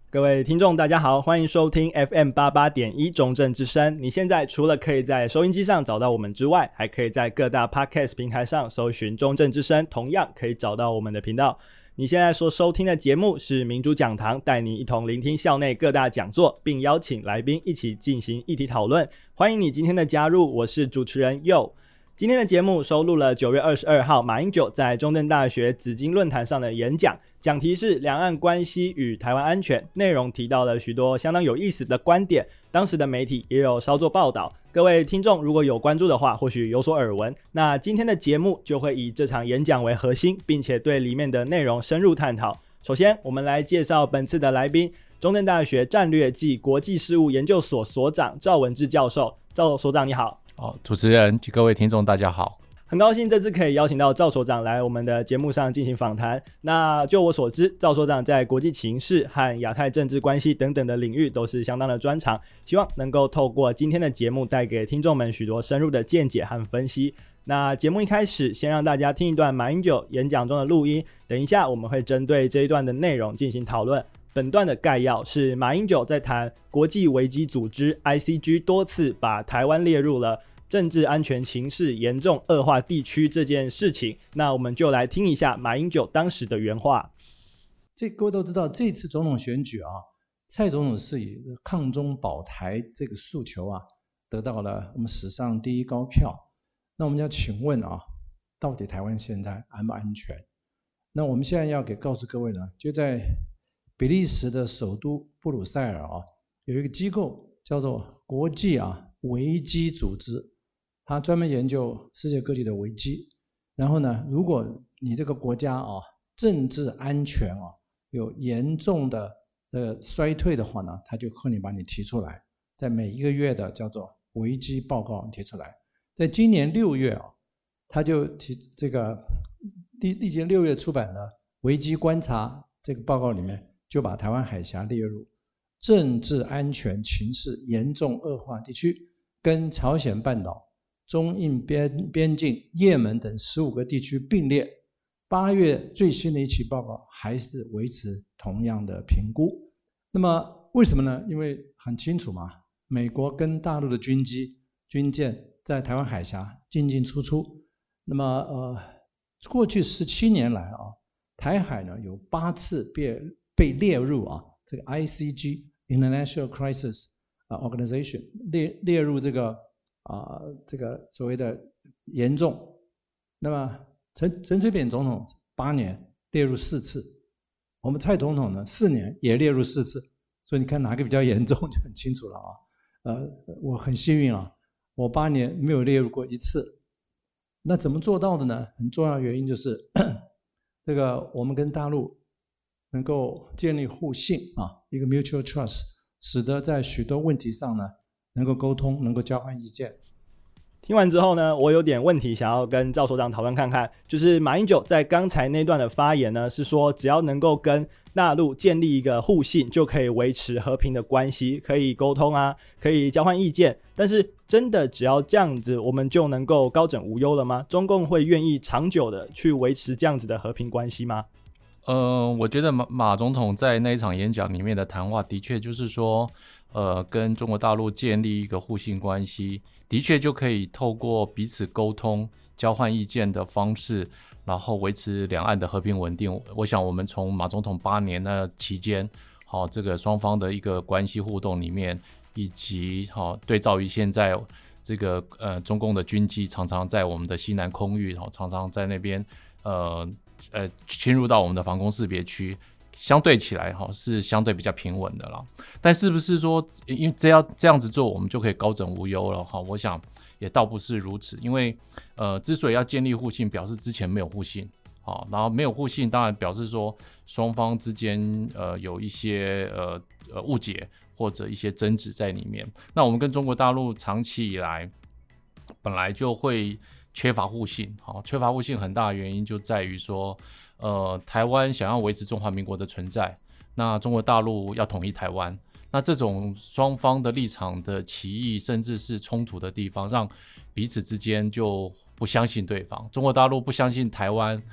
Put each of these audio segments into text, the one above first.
各位听众大家好，欢迎收听 FM88.1 中正之声。你现在除了可以在收音机上找到我们之外，还可以在各大 Podcast 平台上搜寻中正之声，同样可以找到我们的频道。你现在所收听的节目是民主讲堂，带你一同聆听校内各大讲座，并邀请来宾一起进行议题讨论。欢迎你今天的加入，我是主持人佑。今天的节目收录了9月22号马英九在中正大学紫金论坛上的演讲，讲题是两岸关系与台湾安全，内容提到了许多相当有意思的观点，当时的媒体也有稍作报道。各位听众如果有关注的话，或许有所耳闻。那今天的节目就会以这场演讲为核心，并且对里面的内容深入探讨。首先我们来介绍本次的来宾，中正大学战略暨国际事务研究所所长赵文志教授。赵所长你好。 主持人及各位听众大家好， 很高兴这次可以邀请到赵所长来我们的节目上进行访谈。那就我所知，赵所长在国际情势和亚太政治关系等等的领域都是相当的专长，希望能够透过今天的节目带给听众们许多深入的见解和分析。那节目一开始先让大家听一段马英九演讲中的录音，等一下我们会针对这一段的内容进行讨论。本段的概要是马英九在谈国际危机组织 ICG 多次把台湾列入了政治安全情势严重恶化地区这件事情。那我们就来听一下马英九当时的原话。 各位都知道，这次总统选举蔡总统是以抗中保台这个诉求得到了我们史上第一高票。那我们要请问到底台湾现在安不安全？那我们现在要告诉各位呢，就在比利时的首都布鲁塞尔有一个机构叫做国际危机组织，它专门研究世界各地的危机。然后呢，如果你这个国家政治安全有严重的衰退的话呢，它就可以把你提出来，在每一个月的叫做危机报告提出来。在今年6月他就提这个历经6月出版的危机观察这个报告里面，就把台湾海峡列入政治安全情势严重恶化地区，跟朝鲜半岛、中印边境、也门等15个地区并列。8月最新的一期报告还是维持同样的评估。那么为什么呢？因为很清楚嘛，美国跟大陆的军机、军舰在台湾海峡进进出出。那么过去17年来台海呢有8次被列入这个 ICG International Crisis Organization 列入这个所谓的严重。那么陈水扁总统8年列入4次，我们蔡总统呢4年也列入4次，所以你看哪个比较严重就很清楚了我很幸运我8年没有列入过1次。那怎么做到的呢？很重要的原因就是这个我们跟大陆能够建立互信一个 mutual trust， 使得在许多问题上呢能够沟通，能够交换意见。 听完之后呢，我有点问题想要跟赵所长讨论看看，就是马英九在刚才那段的发言呢，是说只要能够跟大陆建立一个互信，就可以维持和平的关系，可以沟通可以交换意见。但是真的只要这样子，我们就能够高枕无忧了吗？中共会愿意长久的去维持这样子的和平关系吗？ 我觉得马总统在那一场演讲里面的谈话，的确就是说跟中国大陆建立一个互信关系，的确就可以透过彼此沟通、交换意见的方式，然后维持两岸的和平稳定。我想我们从马总统8年的期间这个双方的一个关系互动里面，以及对照于现在这个中共的军机常常在我们的西南空域常常在那边侵入到我们的防空识别区，相对起来是相对比较平稳的啦。但是不是说因为这样子做我们就可以高枕无忧了我想也倒不是如此。因为之所以要建立互信，表示之前没有互信然后没有互信当然表示说双方之间有一些误解或者一些争执在里面。那我们跟中国大陆长期以来本来就会缺乏互信缺乏互信很大的原因就在于说台湾想要维持中华民国的存在，那中国大陆要统一台湾，那这种双方的立场的歧义甚至是冲突的地方，让彼此之间就不相信对方。中国大陆不相信台湾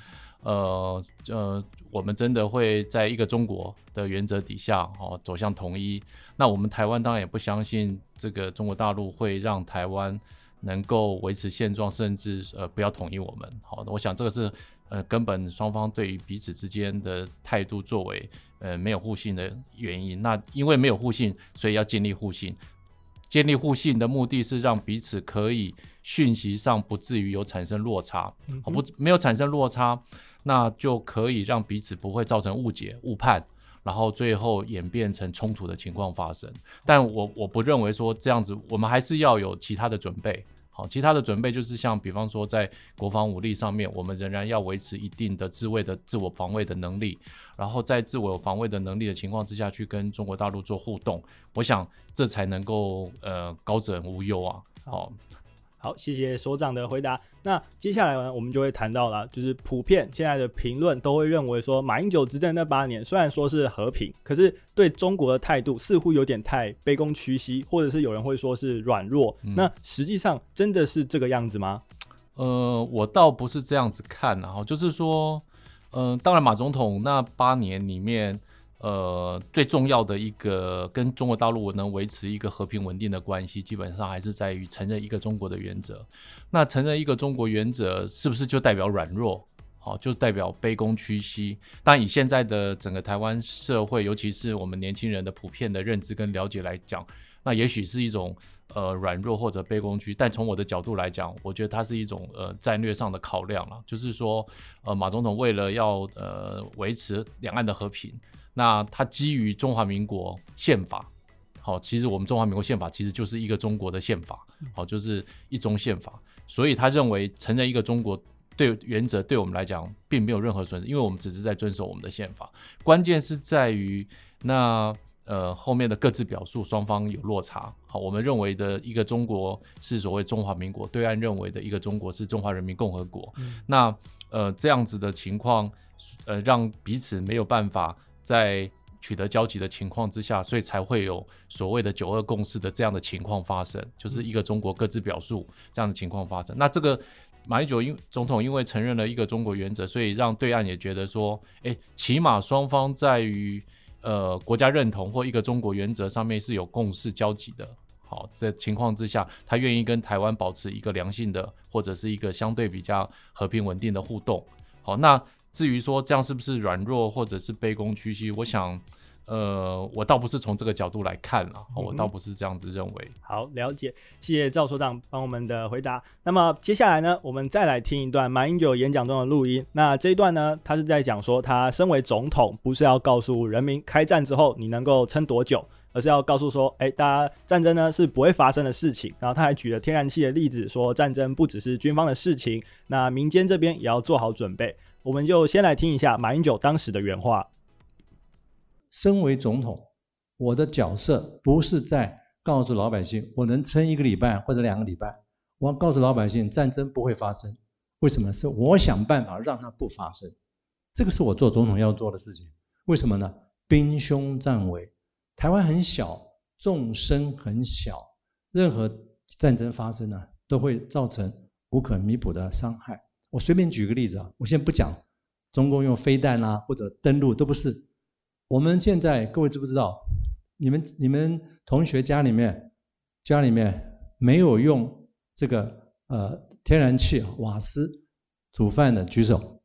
我们真的会在一个中国的原则底下走向统一。那我们台湾当然也不相信这个中国大陆会让台湾能够维持现状，甚至不要统一我们。好，我想这个是根本双方对于彼此之间的态度作为没有互信的原因。那因为没有互信，所以要建立互信。建立互信的目的是让彼此可以讯息上不至于有产生落差，没有产生落差，那就可以让彼此不会造成误解、误判，然后最后演变成冲突的情况发生。但我不认为说这样子，我们还是要有其他的准备。好，其他的准备就是像比方说在国防武力上面，我们仍然要维持一定的自我防卫的能力，然后在自我防卫的能力的情况之下去跟中国大陆做互动，我想这才能够高枕无忧啊。 好，谢谢所长的回答。那接下来呢，我们就会谈到了，就是普遍现在的评论都会认为说，马英九执政那8年虽然说是和平，可是对中国的态度似乎有点太卑躬屈膝，或者是有人会说是软弱。那实际上真的是这个样子吗？ 我倒不是这样子看啊，就是说，当然马总统那8年里面。最重要的一个跟中国大陆能维持一个和平稳定的关系，基本上还是在于承认一个中国的原则。那承认一个中国原则是不是就代表软弱？就代表卑躬屈膝？但以现在的整个台湾社会，尤其是我们年轻人的普遍的认知跟了解来讲，那也许是一种软弱或者卑躬屈，但从我的角度来讲，我觉得它是一种战略上的考量啦，就是说马总统为了要维持两岸的和平。那它基于中华民国宪法，其实我们中华民国宪法其实就是一个中国的宪法，就是一中宪法，所以他认为承认一个中国对原则对我们来讲并没有任何损失，因为我们只是在遵守我们的宪法。关键是在于那后面的各自表述双方有落差。好，我们认为的一个中国是所谓中华民国，对岸认为的一个中国是中华人民共和国。那这样子的情况，让彼此没有办法在取得交集的情况之下，所以才会有所谓的9·2共识的这样的情况发生，就是一个中国各自表述这样的情况发生。那这个马英九总统因为承认了一个中国原则，所以让对岸也觉得说，起码双方在于国家认同或一个中国原则上面是有共识交集的。好，在情况之下，他愿意跟台湾保持一个良性的或者是一个相对比较和平稳定的互动。好，那至于说这样是不是软弱或者是卑躬屈膝，我想我倒不是从这个角度来看啦，我倒不是这样子认为。 好，了解，谢谢赵所长帮我们的回答。那么接下来呢，我们再来听一段马英九演讲中的录音。那这一段呢，他是在讲说，他身为总统，不是要告诉人民开战之后你能够撑多久，而是要告诉说，大家战争呢是不会发生的事情。然后他还举了天然气的例子，说战争不只是军方的事情，那民间这边也要做好准备。我们就先来听一下马英九当时的原话。 身为总统，我的角色不是在告诉老百姓我能撑1个礼拜或者2个礼拜，我要告诉老百姓战争不会发生。为什么？是我想办法让它不发生，这个是我做总统要做的事情。为什么呢？兵凶战危，台湾很小，纵深很小，任何战争发生呢，都会造成无可弥补的伤害。我随便举个例子啊，我先不讲中共用飞弹啊或者登陆，都不是。我们现在各位知不知道，你们同学家里面没有用这个天然气瓦斯煮饭的举手。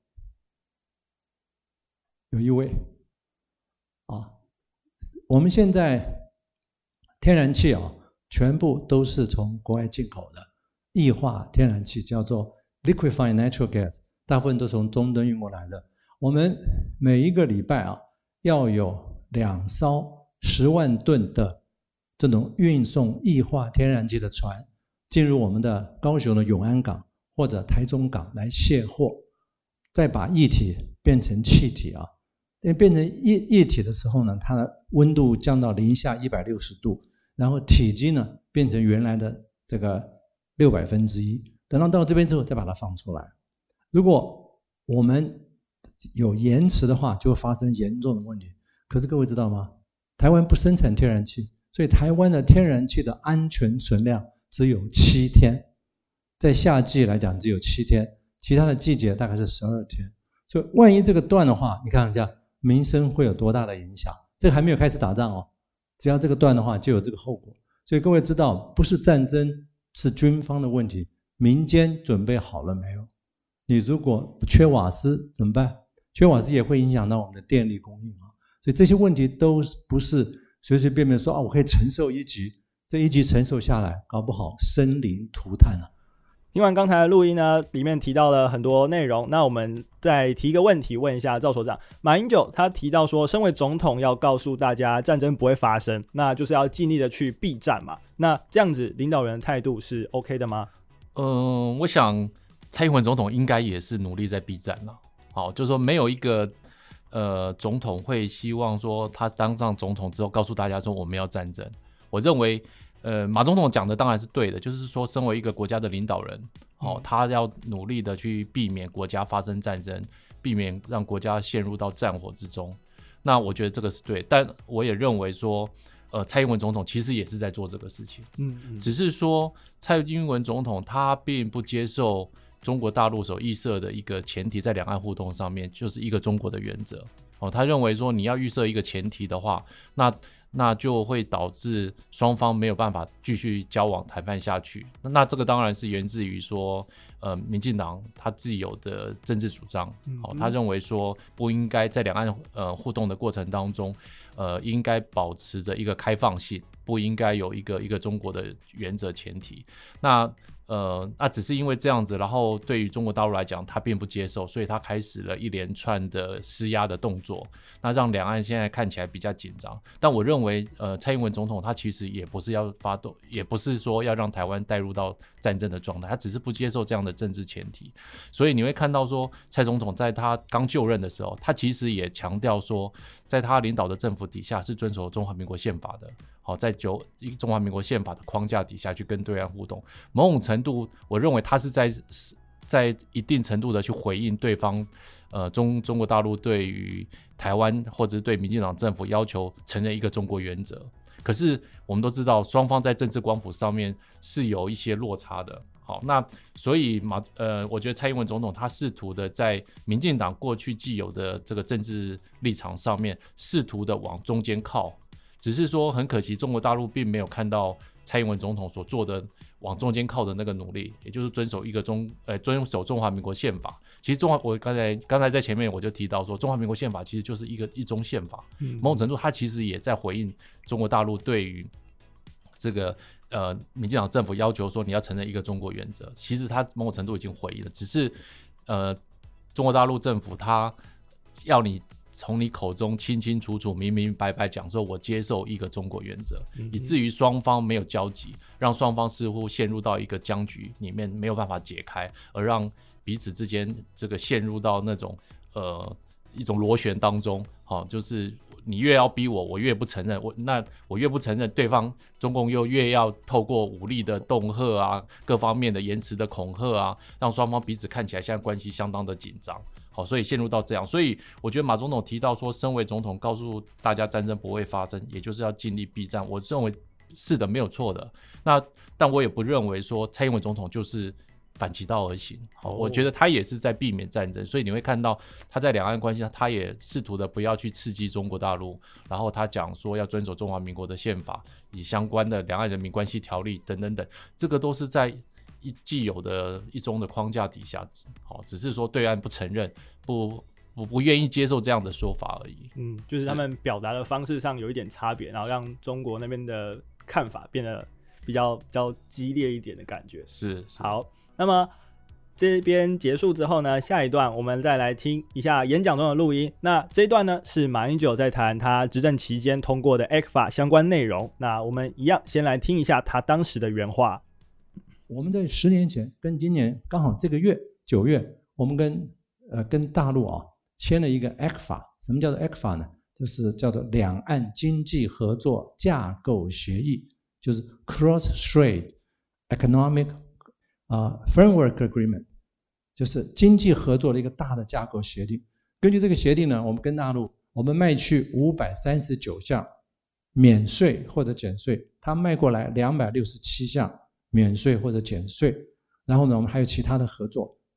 有1位啊。我们现在天然气全部都是从国外进口的液化天然气，叫做 liquefied natural gas， 大部分都从中东运过来的。我们每一个礼拜要有2艘10万吨的这种运送液化天然气的船进入我们的高雄的永安港或者台中港来卸货，再把液体变成气体变成液体的时候呢，它的温度降到零下160度，然后体积呢变成原来的这个1/600，等到这边之后再把它放出来。如果我们有延迟的话，就会发生严重的问题。可是各位知道吗？台湾不生产天然气，所以台湾的天然气的安全存量只有7天，在夏季来讲只有7天，其他的季节大概是12天。 所以万一这个断的话，你看一下民生会有多大的影响。这个还没有开始打仗哦，只要这个断的话就有这个后果。所以各位知道，不是战争，是军方的问题，民间准备好了没有？你如果缺瓦斯怎么办？缺瓦斯也会影响到我们的电力供应啊。所以这些问题都不是随随便便说我可以承受一级，这一级承受下来，搞不好生灵涂炭啊。 听完刚才的录音呢，里面提到了很多内容，那我们再提一个问题问一下赵所长。马英九他提到说，身为总统要告诉大家战争不会发生，那就是要尽力的去避战嘛。那这样子领导人的态度是 OK 的吗？ 我想蔡英文总统应该也是努力在避战了。好，就是说没有一个总统会希望说他当上总统之后告诉大家说我们要战争。我认为马总统讲的当然是对的，就是说身为一个国家的领导人，他要努力的去避免国家发生战争，避免让国家陷入到战火之中。那我觉得这个是对，但我也认为说蔡英文总统其实也是在做这个事情，只是说蔡英文总统他并不接受中国大陆所预设的一个前提，在两岸互动上面就是一个中国的原则。他认为说你要预设一个前提的话，那就会导致双方没有办法继续交往谈判下去。那这个当然是源自于说民进党他自己有的政治主张，他认为说不应该在两岸互动的过程当中应该保持着一个开放性，不应该有一个中国的原则前提。那只是因为这样子，然后对于中国大陆来讲他并不接受，所以他开始了一连串的施压的动作，那让两岸现在看起来比较紧张。但我认为蔡英文总统他其实也不是要发动，也不是说要让台湾带入到战争的状态，他只是不接受这样的政治前提。所以你会看到说蔡总统在他刚就任的时候，他其实也强调说在他领导的政府底下是遵守中华民国宪法的，在中华民国宪法的框架底下去跟对岸互动。某种程度我认为他是在一定程度的去回应对方中国大陆对于台湾或者是对民进党政府要求承认一个中国原则。可是我们都知道双方在政治光谱上面是有一些落差的。好，那所以我觉得蔡英文总统他试图的在民进党过去既有的这个政治立场上面试图的往中间靠，只是说很可惜中国大陆并没有看到蔡英文总统所做的往中间靠的那个努力，也就是遵守遵守中华民国宪法。其实我刚才在前面我就提到说中华民国宪法其实就是一中宪法，某种程度它其实也在回应中国大陆对于这个民进党政府要求说你要承认一个中国原则，其实它某种程度已经回应了，只是中国大陆政府它要你从你口中清清楚楚明明白白讲说我接受一个中国原则，以至于双方没有交集，让双方似乎陷入到一个僵局里面没有办法解开，而让彼此之间这个陷入到那种一种螺旋当中，就是你越要逼我，我越不承认，我越不承认，对方中共又越要透过武力的恫吓啊，各方面的言辞的恐吓啊，让双方彼此看起来现在关系相当的紧张。好，所以陷入到这样，所以我觉得马总统提到说，身为总统告诉大家战争不会发生，也就是要尽力避战，我认为是的，没有错的。但我也不认为说蔡英文总统就是反其道而行。好，我觉得他也是在避免战争，所以你会看到他在两岸关系上，他也试图的不要去刺激中国大陆，然后他讲说要遵守中华民国的宪法，以相关的两岸人民关系条例等等等，这个都是在既有的一中的框架底下，只是说对岸不承认，不愿意接受这样的说法而已。 就是他们表达的方式上有一点差别，然后让中国那边的看法变得比较激烈一点的感觉。 是好，那么这边结束之后呢，下一段我们再来听一下演讲中的录音。那这一段呢是马英九在谈他执政期间通过的 ECFA 相关内容。那我们一样先来听一下他当时的原话。 我们在10年前跟今年刚好这个月9月，我们跟大陆签了一个 ECFA。 什么叫做 ECFA 呢？就是叫做两岸经济合作架构协议，就是 Cross-Strait Economic Framework Agreement， 就是经济合作的一个大的架构协定。根据这个协定呢，我们跟大陆我们卖去539项免税或者减税，他卖过来267项免税或者减税。然后呢，我们还有其他的合作，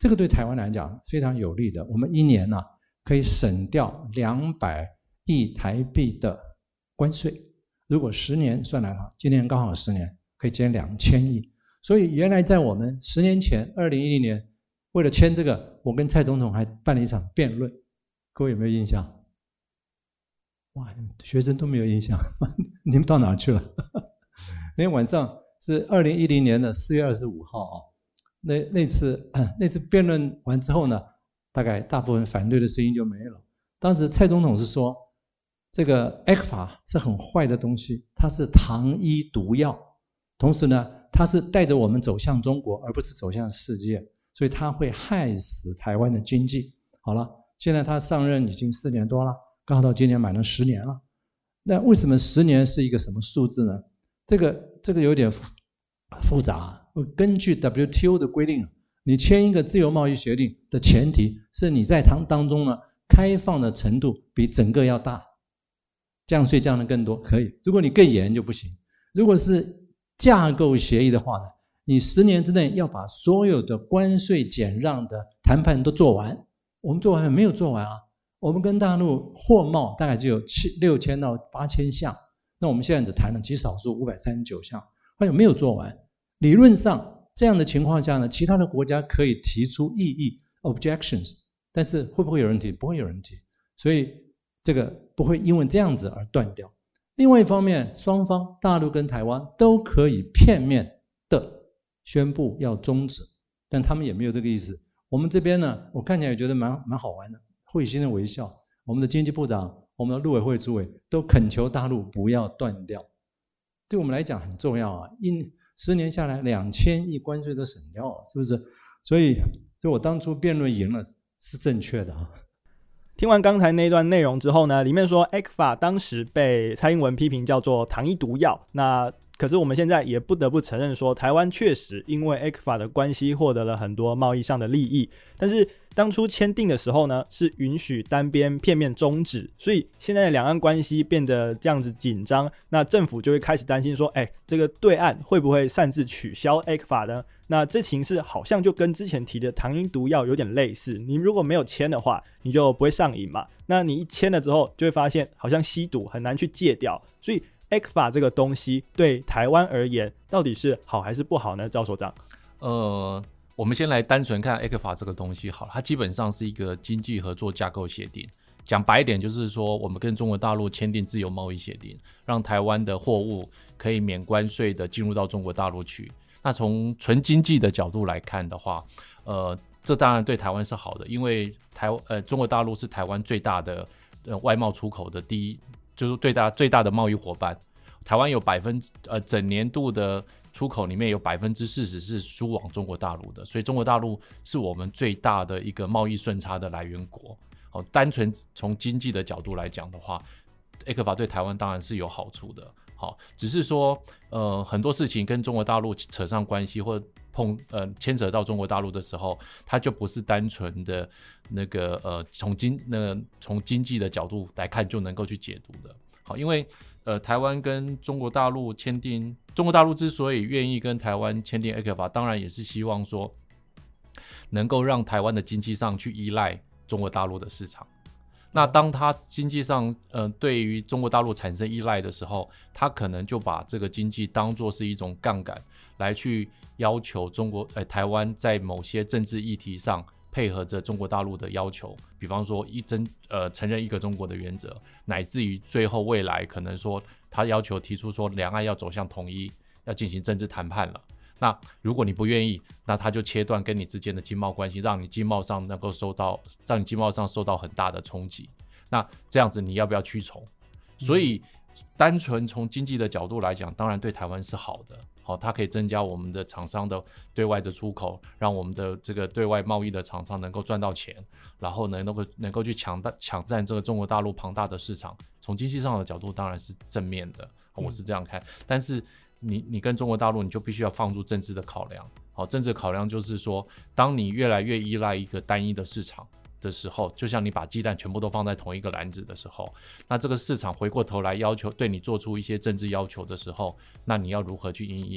这个对台湾来讲非常有利的。我们一年呢、可以省掉200亿台币的关税，如果10年算来了，今年刚好10年，可以减2000亿。所以原来在我们10年前2010年为了签这个，我跟蔡总统还办了一场辩论，各位有没有印象？哇，学生都没有印象，你们到哪去了？那天晚上是2010年的4月25号啊。那次辩论完之后呢，大概大部分反对的声音就没了。当时蔡总统是说，这个 ECFA 是很坏的东西，它是糖衣毒药，同时呢，它是带着我们走向中国，而不是走向世界，所以它会害死台湾的经济。好了，现在他上任已经4年多了，刚好到今年满了10年了。那为什么10年是一个什么数字呢？这个有点复杂。根据 WTO 的规定，你签一个自由贸易协定的前提是你在当中呢开放的程度比整个要大，降税降的更多可以，如果你更严就不行。如果是架构协议的话呢，你10年之内要把所有的关税减让的谈判都做完。我们做完没有做完啊？我们跟大陆货贸大概只有6000到8000项，那我们现在只谈了极少数539项，还有没有做完？理论上这样的情况下呢，其他的国家可以提出异议 objections， 但是会不会有人提？不会有人提，所以这个不会因为这样子而断掉。另外一方面，双方大陆跟台湾都可以片面的宣布要终止，但他们也没有这个意思。我们这边呢，我看起来也觉得蛮好玩的，会心的微笑。我们的经济部长、我们的陆委会主委都恳求大陆不要断掉，对我们来讲很重要啊。10年下来2000亿关税都省掉了，是不是？所以我当初辩论赢了是正确的啊。 听完刚才那一段内容之后呢，里面说 ECFA 当时被蔡英文批评叫做糖衣毒药，那可是我们现在也不得不承认说，台湾确实因为 ECFA 的关系获得了很多贸易上的利益，但是当初签订的时候呢，是允许单边片面终止，所以现在的两岸关系变得这样子紧张，那政府就会开始担心说，这个对岸会不会擅自取消 ECFA 呢？那这情势好像就跟之前提的糖衣毒药有点类似，你如果没有签的话，你就不会上瘾嘛，那你一签了之后，就会发现好像吸毒很难去戒掉，所以 ECFA 这个东西对台湾而言，到底是好还是不好呢？赵所长， 我们先来单纯看 ECFA 这个东西好了，它基本上是一个经济合作架构协定。讲白一点，就是说我们跟中国大陆签订自由贸易协定，让台湾的货物可以免关税的进入到中国大陆去。那从纯经济的角度来看的话，这当然对台湾是好的，因为中国大陆是台湾最大的外贸出口的就是最大的贸易伙伴。台湾有整年度的出口里面有40%是输往中国大陆的，所以中国大陆是我们最大的一个贸易顺差的来源国。单纯从经济的角度来讲的话，ECFA 对台湾当然是有好处的。只是说很多事情跟中国大陆扯上关系或牵扯到中国大陆的时候，它就不是单纯的那个从经济的角度来看就能够去解读的。因为台湾跟中国大陆签订，中国大陆之所以愿意跟台湾签订 ECFA， 当然也是希望说能够让台湾的经济上去依赖中国大陆的市场。那当他经济上对于中国大陆产生依赖的时候，他可能就把这个经济当作是一种杠杆来去要求台湾在某些政治议题上配合着中国大陆的要求，比方说承认一个中国的原则，乃至于最后未来可能说他要求提出说两岸要走向统一，要进行政治谈判了。那如果你不愿意，那他就切断跟你之间的经贸关系，让你经贸上受到很大的冲击。那这样子你要不要屈从？所以单纯从经济的角度来讲，当然对台湾是好的。它可以增加我们的厂商的对外的出口，让我们的这个对外贸易的厂商能够赚到钱，然后能够去抢占这个中国大陆庞大的市场。从经济上的角度当然是正面的，我是这样看。但是你跟中国大陆，你就必须要放入政治的考量。政治考量就是说，当你越来越依赖一个单一的市场的时候，就像你把鸡蛋全部都放在同一个篮子的时候，那这个市场回过头来对你做出一些政治要求的时候，那你要如何去因应？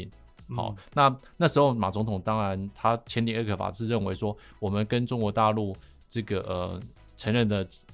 好，那时候马总统当然他签订 ECFA 是认为说，我们跟中国大陆这个承认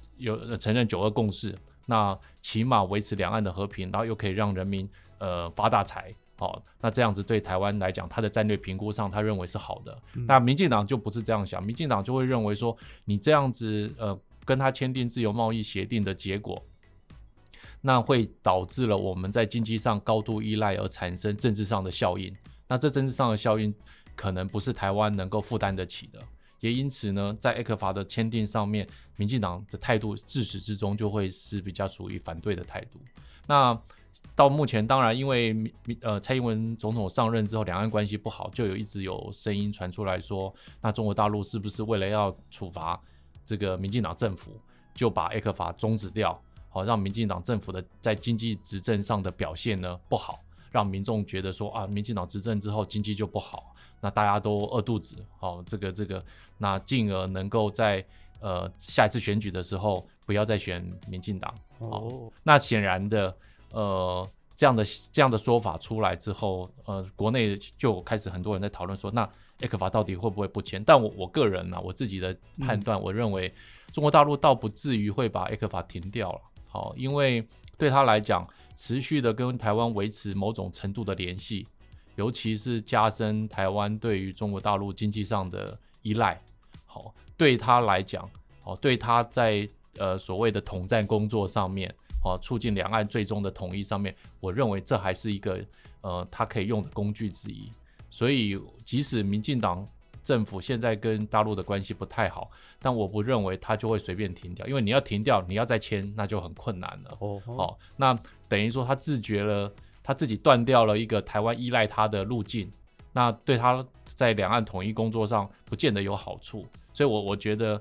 9·2共识，那起码维持两岸的和平，然后又可以让人民发大财。那这样子对台湾来讲，他的战略评估上他认为是好的。那民进党就不是这样想，民进党就会认为说，你这样子跟他签订自由贸易协定的结果，那会导致了我们在经济上高度依赖而产生政治上的效应。那这政治上的效应可能不是台湾能够负担得起的。也因此呢，在 ECFA 的签订上面，民进党的态度自始至终就会是比较属于反对的态度。那到目前，当然因为蔡英文总统上任之后，两岸关系不好，就一直有声音传出来说，那中国大陆是不是为了要处罚这个民进党政府，就把 ECFA 终止掉，让民进党政府的在经济执政上的表现呢不好，让民众觉得说民进党执政之后经济就不好，那大家都饿肚子，那进而能够在下一次选举的时候不要再选民进党。那显然的这样的说法出来之后，国内就开始很多人在讨论说，那 ECFA 到底会不会不签？但我个人我自己的判断，我认为中国大陆倒不至于会把 ECFA 停掉了。因为对他来讲，持续的跟台湾维持某种程度的联系，尤其是加深台湾对于中国大陆经济上的依赖，对他来讲，对他在所谓的统战工作上面，促进两岸最终的统一上面，我认为这还是一个他可以用的工具之一。所以即使民进党政府现在跟大陆的关系不太好，但我不认为他就会随便停掉，因为你要停掉，你要再签，那就很困难了。那等于说他自觉了，他自己断掉了一个台湾依赖他的路径，那对他在两岸统一工作上不见得有好处。所以我觉得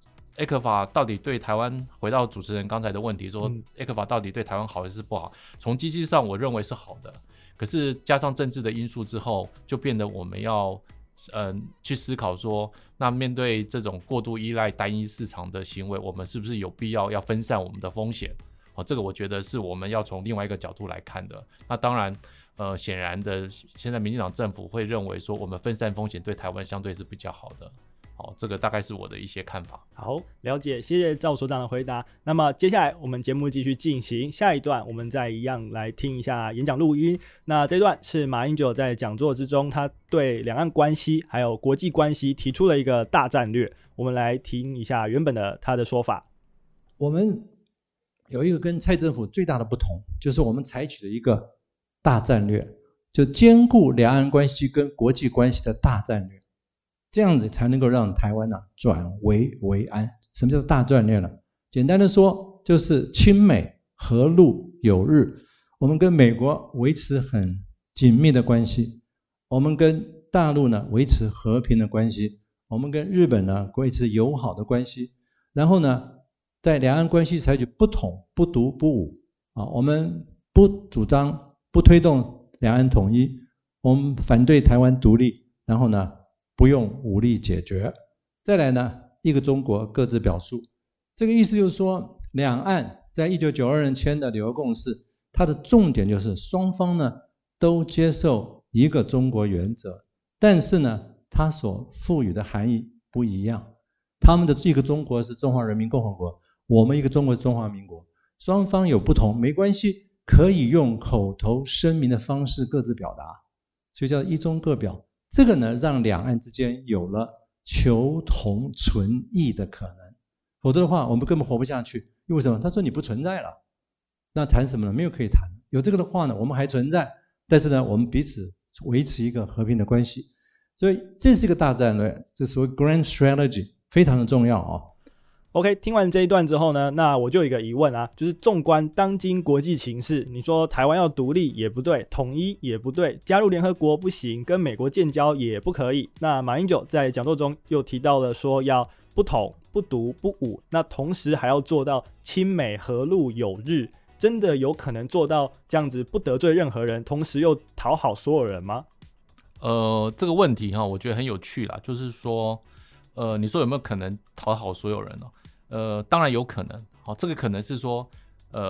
ECFA 到底对台湾，回到主持人刚才的问题说ECFA 到底对台湾好还是不好，从经济上我认为是好的，可是加上政治的因素之后，就变得我们要去思考说，那面对这种过度依赖单一市场的行为，我们是不是有必要分散我们的风险？这个我觉得是我们要从另外一个角度来看的。那当然显然的，现在民进党政府会认为说，我们分散风险对台湾相对是比较好的。这个大概是我的一些看法。 好，了解，谢谢赵所长的回答。那么接下来我们节目继续进行，下一段我们再一样来听一下演讲录音。那这段是马英九在讲座之中，他对两岸关系还有国际关系提出了一个大战略。我们来听一下原本的他的说法。 我们有一个跟蔡政府最大的不同，就是我们采取了一个大战略，就兼顾两岸关系跟国际关系的大战略。这样子才能够让台湾转危为安。什么叫大战略呢？简单的说，就是亲美和陆友日。我们跟美国维持很紧密的关系，我们跟大陆呢维持和平的关系，我们跟日本呢维持友好的关系。然后呢，在两岸关系采取不统、不独、不武我们不主张、不推动两岸统一，我们反对台湾独立，然后呢不用武力解决。再来呢，一个中国各自表述。这个意思就是说，两岸在1992年签的纽约共识，它的重点就是双方呢都接受一个中国原则，但是呢，它所赋予的含义不一样。他们的一个中国是中华人民共和国，我们一个中国是中华民国，双方有不同没关系，可以用口头声明的方式各自表达，所以叫一中各表。这个呢，让两岸之间有了求同存异的可能，否则的话，我们根本活不下去。因为什么？他说你不存在了，那谈什么呢？没有可以谈。有这个的话呢，我们还存在，但是呢，我们彼此维持一个和平的关系。所以这是一个大战略，这所谓 grand strategy， 非常的重要 OK， 听完这一段之后呢，那我就有一个疑问就是纵观当今国际情势，你说台湾要独立也不对，统一也不对，加入联合国不行，跟美国建交也不可以。那马英九在讲座中又提到了说要不统、不独、不武，那同时还要做到亲美和陆友日，真的有可能做到这样子不得罪任何人，同时又讨好所有人吗？ 这个问题我觉得很有趣啦，就是说你说有没有可能讨好所有人当然有可能。这个可能是说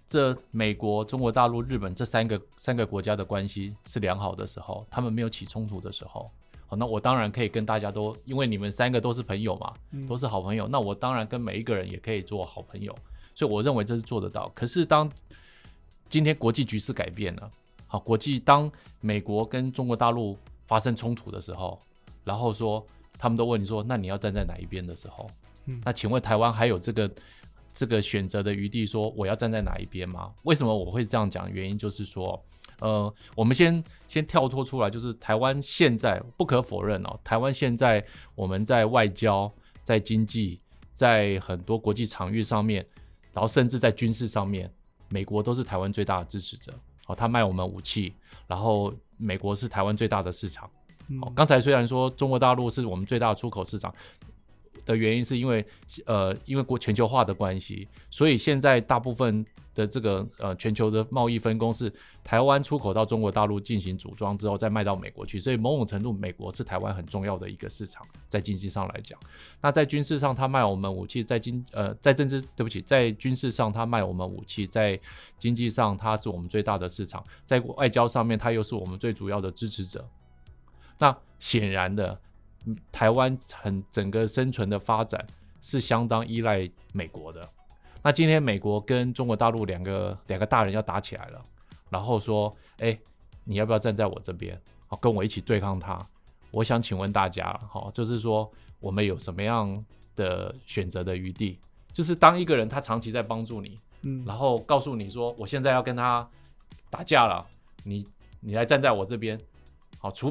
这美国、中国大陆、日本这三个国家的关系是良好的时候，他们没有起冲突的时候，那我当然可以跟大家都，因为你们三个都是朋友嘛，都是好朋友，那我当然跟每一个人也可以做好朋友，所以我认为这是做得到。可是当今天国际局势改变了，好，当美国跟中国大陆发生冲突的时候，然后说他们都问你说，那你要站在哪一边的时候，那请问台湾还有这个选择的余地，说我要站在哪一边吗？为什么我会这样讲？原因就是说，我们先跳脱出来，就是台湾现在不可否认哦，台湾现在我们在外交、在经济、在很多国际场域上面，然后甚至在军事上面，美国都是台湾最大的支持者。他卖我们武器，然后美国是台湾最大的市场。刚才虽然说中国大陆是我们最大的出口市场的原因，是因为全球化的关系，所以现在大部分的这个全球的贸易分工是台湾出口到中国大陆进行组装之后再卖到美国去，所以某种程度美国是台湾很重要的一个市场，在经济上来讲。那在军事上他卖我们武器，在军事上他卖我们武器，在经济上他是我们最大的市场，在外交上面他又是我们最主要的支持者。那显然的，台湾整个生存的发展是相当依赖美国的。那今天美国跟中国大陆两个大人要打起来了，然后说，你要不要站在我这边，跟我一起对抗他？我想请问大家，就是说我们有什么样的选择的余地？就是当一个人他长期在帮助你，然后告诉你说，我现在要跟他打架了，你来站在我这边，好，除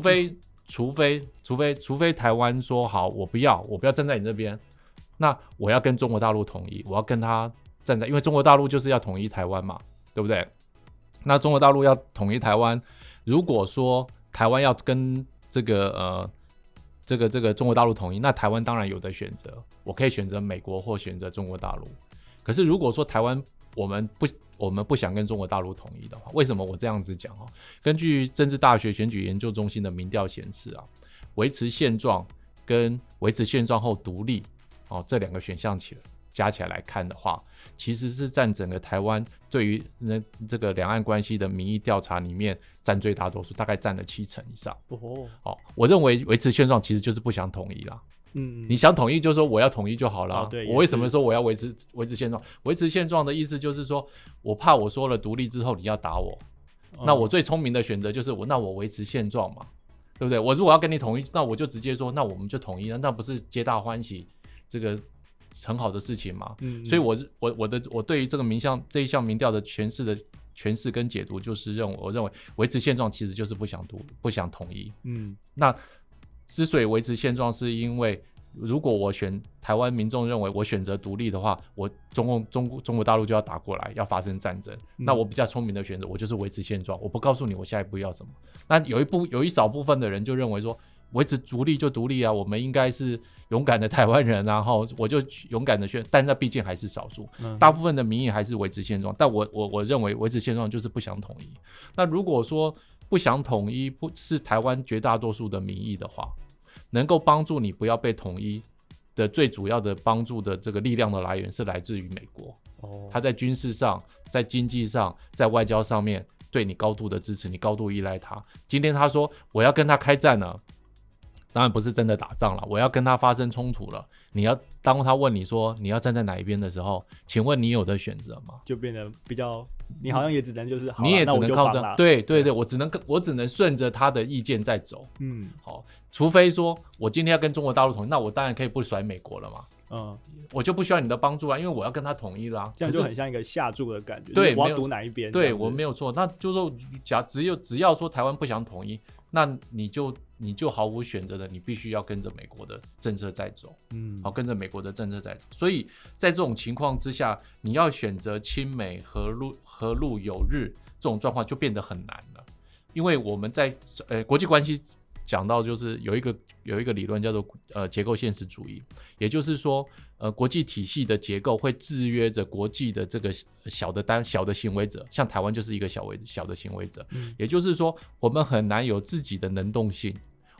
非台湾说好，我不要站在你这边，那我要跟中国大陆统一，我要跟他站在，因为中国大陆就是要统一台湾嘛，对不对？那中国大陆要统一台湾，如果说台湾要跟这个中国大陆统一，那台湾当然有的选择，我可以选择美国或选择中国大陆。可是如果说台湾我们不想跟中国大陆统一的话，为什么我这样子讲？根据政治大学选举研究中心的民调显示啊，维持现状跟维持现状后独立这两个选项加起来来看的话，其实是占整个台湾对于这个两岸关系的民意调查里面占最大多数，大概占了70%以上。我认为维持现状其实就是不想统一啦。你想统一就说我要统一就好了。我为什么说我要维持现状？维持现状的意思就是说，我怕我说了独立之后你要打我，那我最聪明的选择就是我维持现状嘛，对不对？我如果要跟你统一，那我就直接说，那我们就统一了，那不是皆大欢喜，这个很好的事情嘛。所以我对于这一项民调的诠释跟解读，就是我认为维持现状其实就是不想统一。那之所以维持现状，是因为如果台湾民众认为我选择独立的话，我中国大陆就要打过来，要发生战争。那我比较聪明的选择，我就是维持现状，我不告诉你我下一步要什么。那有一少部分的人就认为说，维持独立就独立啊，我们应该是勇敢的台湾人，然后我就勇敢的但那毕竟还是少数，大部分的民意还是维持现状。但我认为维持现状就是不想统一。那如果说不想统一不是台湾绝大多数的民意的话，能够帮助你不要被统一的最主要的帮助的这个力量的来源是来自于美国。他在军事上、在经济上、在外交上面对你高度的支持，你高度依赖他。今天他说我要跟他开战了，当然不是真的打仗了，我要跟他发生冲突了，当他问你说你要站在哪一边的时候，请问你有的选择吗？ 就变得比较，你好像也只能就是好， 你也只能靠这样，对，我只能顺着他的意见在走。好，除非说我今天要跟中国大陆统一，那我当然可以不甩美国了嘛。我就不需要你的帮助啊，因为我要跟他统一啦。 这样就很像一个下注的感觉。 对， 就是我要赌哪一边？ 对，我没有错。那就是说，只要说台湾不想统一，那你就毫无选择的，你必须要跟着美国的政策在走。好，跟着美国的政策在走。所以在这种情况之下，你要选择亲美和陆有日，这种状况就变得很难了。因为我们在国际关系讲到，就是有一个理论叫做结构现实主义，也就是说国际体系的结构会制约着国际的这个小的行为者，像台湾就是一个小的行为者。也就是说我们很难有自己的能动性，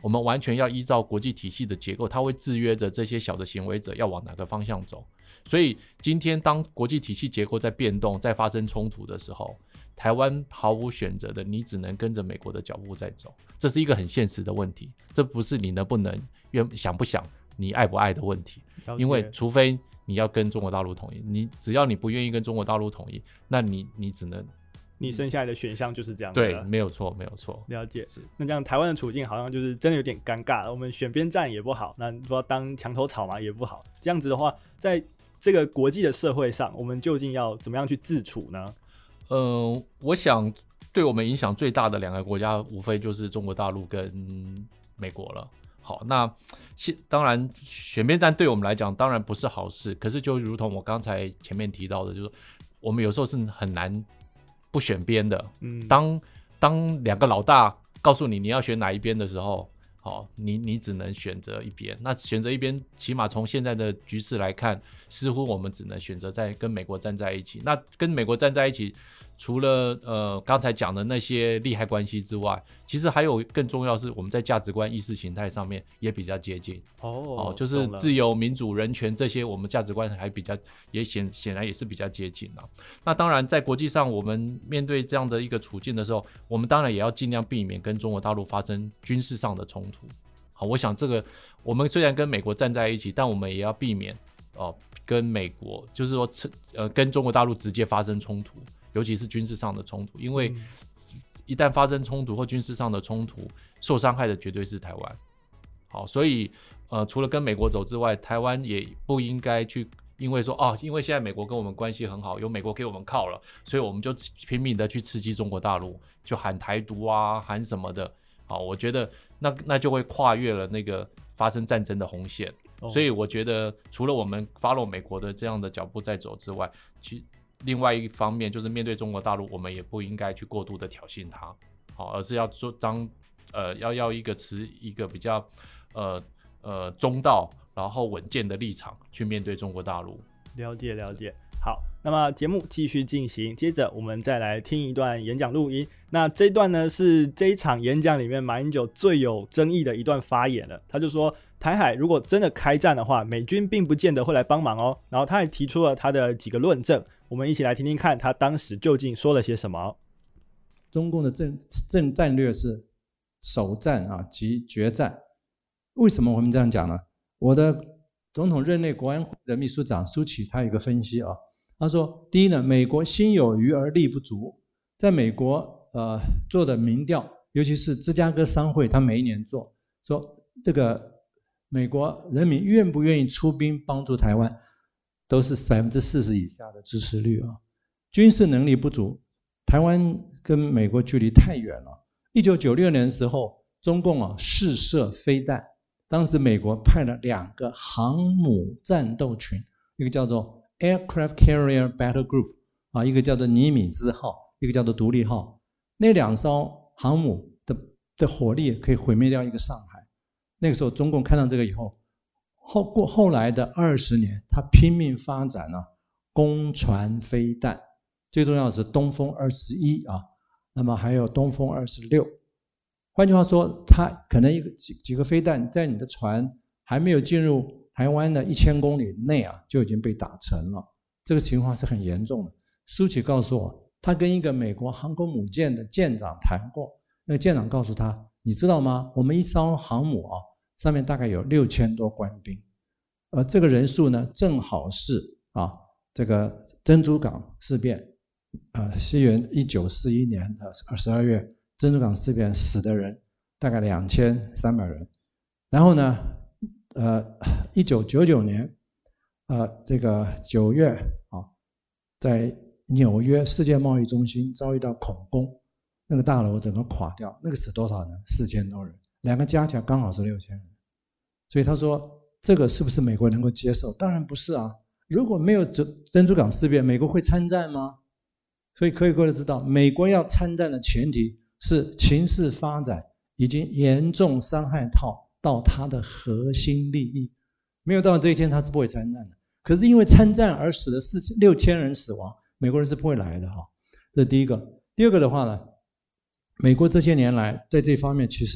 我们完全要依照国际体系的结构，它会制约着这些小的行为者要往哪个方向走。所以今天当国际体系结构在变动，在发生冲突的时候，台湾毫无选择的，你只能跟着美国的脚步在走，这是一个很现实的问题，这不是你能不能、想不想、你爱不爱的问题。因为除非你要跟中国大陆统一，只要你不愿意跟中国大陆统一，那你只能。 你剩下来的选项就是这样的。 对，没有错，没有错。 了解。那这样台湾的处境好像就是真的有点尴尬了。我们选边站也不好，那不知道当墙头草嘛也不好。这样子的话，在这个国际的社会上，我们究竟要怎么样去自处呢？ 我想对我们影响最大的2个国家，无非就是中国大陆跟美国了。好，那当然选边站对我们来讲当然不是好事，可是就如同我刚才前面提到的，就是我们有时候是很难不选边的。当2个老大告诉你要选哪一边的时候，你只能选择一边。那选择一边，起码从现在的局势来看，似乎我们只能选择跟美国站在一起。那跟美国站在一起，除了刚才讲的那些利害关系之外，其实还有更重要的是，我们在价值观、意识形态上面也比较接近。就是自由、民主、人权这些，我们价值观还比较，也显然也是比较接近了。那当然，在国际上，我们面对这样的一个处境的时候，我们当然也要尽量避免跟中国大陆发生军事上的冲突。好，我想这个我们虽然跟美国站在一起，但我们也要避免跟美国，就是说跟中国大陆直接发生冲突。尤其是军事上的冲突，因为一旦发生冲突或军事上的冲突，受伤害的绝对是台湾。好，所以除了跟美国走之外，台湾也不应该去因为说因为现在美国跟我们关系很好，有美国给我们靠了，所以我们就拼命的去刺激中国大陆，就喊台独啊，喊什么的。好，我觉得那就会跨越了那个发生战争的红线。所以我觉得除了我们 follow 美国的这样的脚步在走之外，另外一方面就是面对中国大陆，我们也不应该去过度的挑衅它，而是要要持一个比较中道然后稳健的立场去面对中国大陆。 了解。好，那么节目继续进行，接着我们再来听一段演讲录音。那这一段呢是这一场演讲里面马英九最有争议的一段发言了。他就说，台海如果真的开战的话，美军并不见得会来帮忙哦。然后他还提出了他的几个论证，我们一起来听听看他当时究竟说了些什么。 中共的战略是首战及决战。为什么我们这样讲呢？我的总统任内国安会的秘书长苏启他有一个分析他说，第一呢，美国心有余而力不足。在美国做的民调，尤其是芝加哥商会，他每一年做，说这个美国人民愿不愿意出兵帮助台湾，都是40%以下的支持率军事能力不足，台湾跟美国距离太远了。1996年的时候，中共试射飞弹，当时美国派了2个航母战斗群，一个叫做 Aircraft Carrier Battle Group 一个叫做尼米兹号，一个叫做独立号。那2艘航母的火力可以毁灭掉一个上海。那个时候中共看到这个以后，后来的20年，他拼命发展攻船飞弹，最重要的是东风21那么还有东风26。换句话说，他可能几个飞弹在你的船还没有进入台湾的1000公里内就已经被打沉了。这个情况是很严重的。苏启告诉我，他跟一个美国航空母舰的舰长谈过，那个舰长告诉他，你知道吗？我们一艘航母上面大概有6000多官兵，这个人数呢，正好是这个珍珠港事变西元1941年的12月，珍珠港事变死的人大概2300人。然后呢1999年这个9月在纽约世界贸易中心遭遇到恐攻，那个大楼整个垮掉，那个死多少人？4000多人，2个加起来刚好是6000人。所以他说，这个是不是美国能够接受？当然不是如果没有珍珠港事变，美国会参战吗？所以各位知道，美国要参战的前提是情势发展已经严重伤害到它的核心利益，没有到这一天他是不会参战的。可是因为参战而使得6000人死亡，美国人是不会来的这是第一个。第二个的话呢，美国这些年来在这方面其实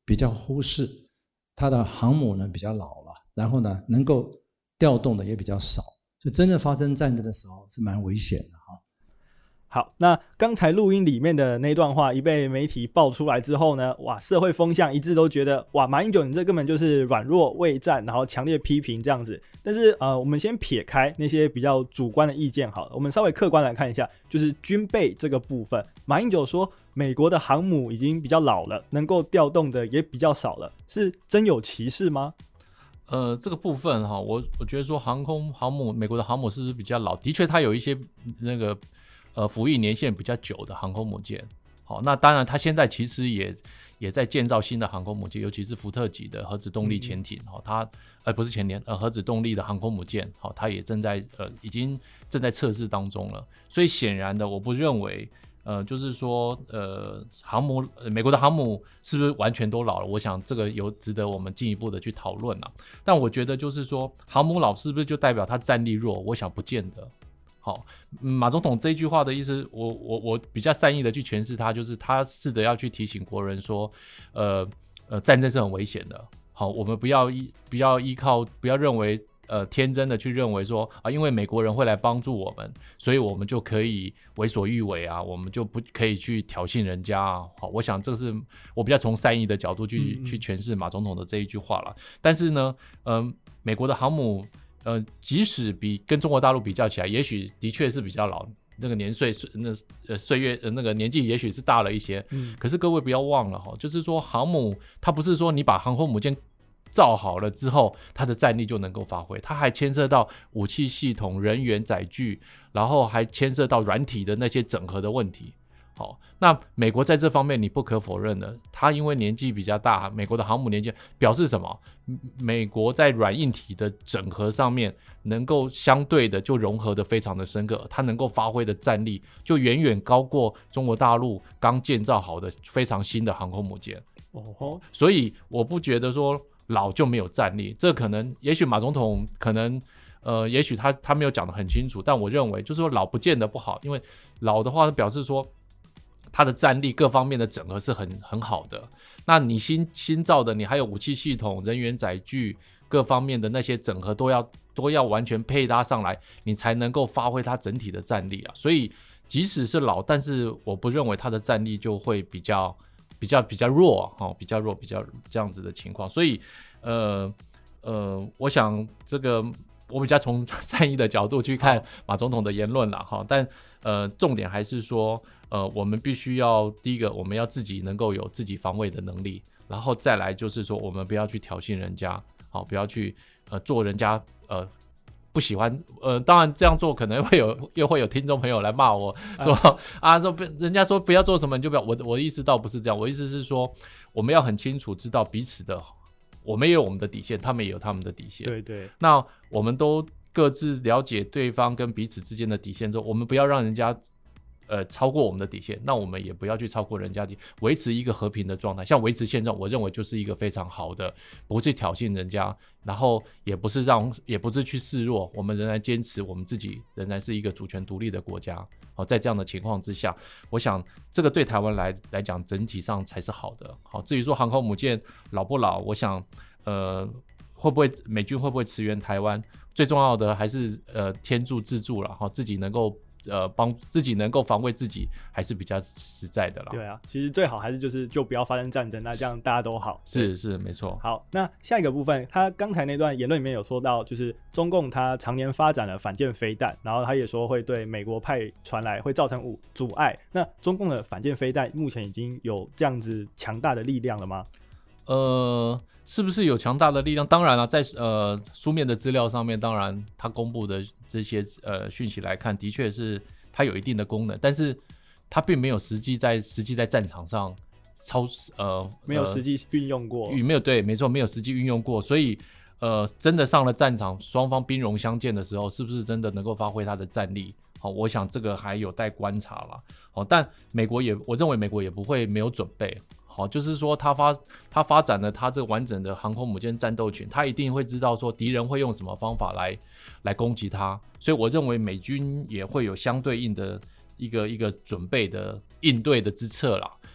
比较忽视，它的航母呢比较老了，然后呢能够调动的也比较少，所以真正发生战争的时候是蛮危险的哈。 好，那刚才录音里面的那段话一被媒体爆出来之后呢，哇，社会风向一致都觉得，哇，马英九你这根本就是软弱畏战，然后强烈批评这样子。但是我们先撇开那些比较主观的意见好了，我们稍微客观来看一下，就是军备这个部分。马英九说，美国的航母已经比较老了，能够调动的也比较少了，是真有其事吗？ 这个部分哈，我觉得说航母，美国的航母是不是比较老？的确，它有一些那个服役年限比较久的航空母舰。好，那当然，它现在其实也在建造新的航空母舰，尤其是福特级的核子动力潜艇。好，它不是潜艇，核子动力的航空母舰。好，它也已经正在测试当中了。所以显然的，我不认为。就是说，美国的航母是不是完全都老了？我想这个有值得我们进一步的去讨论啊。但我觉得就是说，航母老是不是就代表它战力弱？我想不见得。好，马总统这一句话的意思，我比较善意的去诠释它，就是他试着要去提醒国人说，战争是很危险的。好，我们不要依靠，不要认为。天真的去认为说因为美国人会来帮助我们，所以我们就可以为所欲为啊，我们就不可以去挑衅人家啊。好，我想这是我比较从善意的角度去诠释马总统的这一句话了。但是呢，美国的航母，即使跟中国大陆比较起来，也许的确是比较老，那个年岁岁月那个年纪也许是大了一些。可是各位不要忘了哈，就是说航母它不是说你把航空母舰造好了之后，它的战力就能够发挥，它还牵涉到武器系统、人员载具，然后还牵涉到软体的那些整合的问题。好，那美国在这方面你不可否认的，它因为年纪比较大，美国的航母年纪表示什么？美国在软硬体的整合上面能够相对的就融合的非常的深刻，它能够发挥的战力就远远高过中国大陆刚建造好的非常新的航空母舰。所以我不觉得说老就没有战力，这可能也许马总统可能也许他没有讲得很清楚，但我认为就是说老不见得不好，因为老的话表示说他的战力各方面的整合是很好的。那你新造的，你还有武器系统、人员载具各方面的那些整合都要完全配搭上来，你才能够发挥它整体的战力啊。所以即使是老，但是我不认为他的战力就会比较弱，比较弱，比较这样子的情况。所以我想这个我比较从善意的角度去看马总统的言论啦，但重点还是说我们必须要第一个，我们要自己能够有自己防卫的能力，然后再来就是说我们不要去挑衅人家，不要去做人家不喜欢，当然这样做可能又会有听众朋友来骂我说说人家说不要做什么你就不要，我的意思倒不是这样，我的意思是说我们要很清楚知道彼此的，我们也有我们的底线，他们也有他们的底线， 对， 那我们都各自了解对方跟彼此之间的底线之后，我们不要让人家超过我们的底线，那我们也不要去超过人家底，维持一个和平的状态，像维持现状，我认为就是一个非常好的，不去挑衅人家，然后也不是去示弱，我们仍然坚持我们自己仍然是一个主权独立的国家。好，在这样的情况之下，我想这个对台湾来讲整体上才是好的。好，至于说航空母舰老不老，我想会不会美军会不会驰援台湾，最重要的还是天助自助了，自己能够帮自己能够防卫自己还是比较实在的啦。 对啊，其实最好还是就不要发生战争，那这样大家都好。 是没错。 好，那下一个部分，他刚才那段言论里面有说到，就是中共他常年发展了反舰飞弹，然后他也说会对美国派传来会造成阻碍。那中共的反舰飞弹目前已经有这样子强大的力量了吗？ 是不是有强大的力量？当然了，在书面的资料上面，当然他公布的这些讯息来看，的确是它有一定的功能，但是它并没有实际在战场上没有实际运用过， 没错，没有实际运用过，所以真的上了战场，双方兵戎相见的时候，是不是真的能够发挥它的战力？好，我想这个还有待观察啦。好，但我认为美国也不会没有准备。好，就是说他发展了他这个完整的航空母舰战斗群，他一定会知道说敌人会用什么方法来攻击他，所以我认为美军也会有相对应的一个准备的应对的之策啦。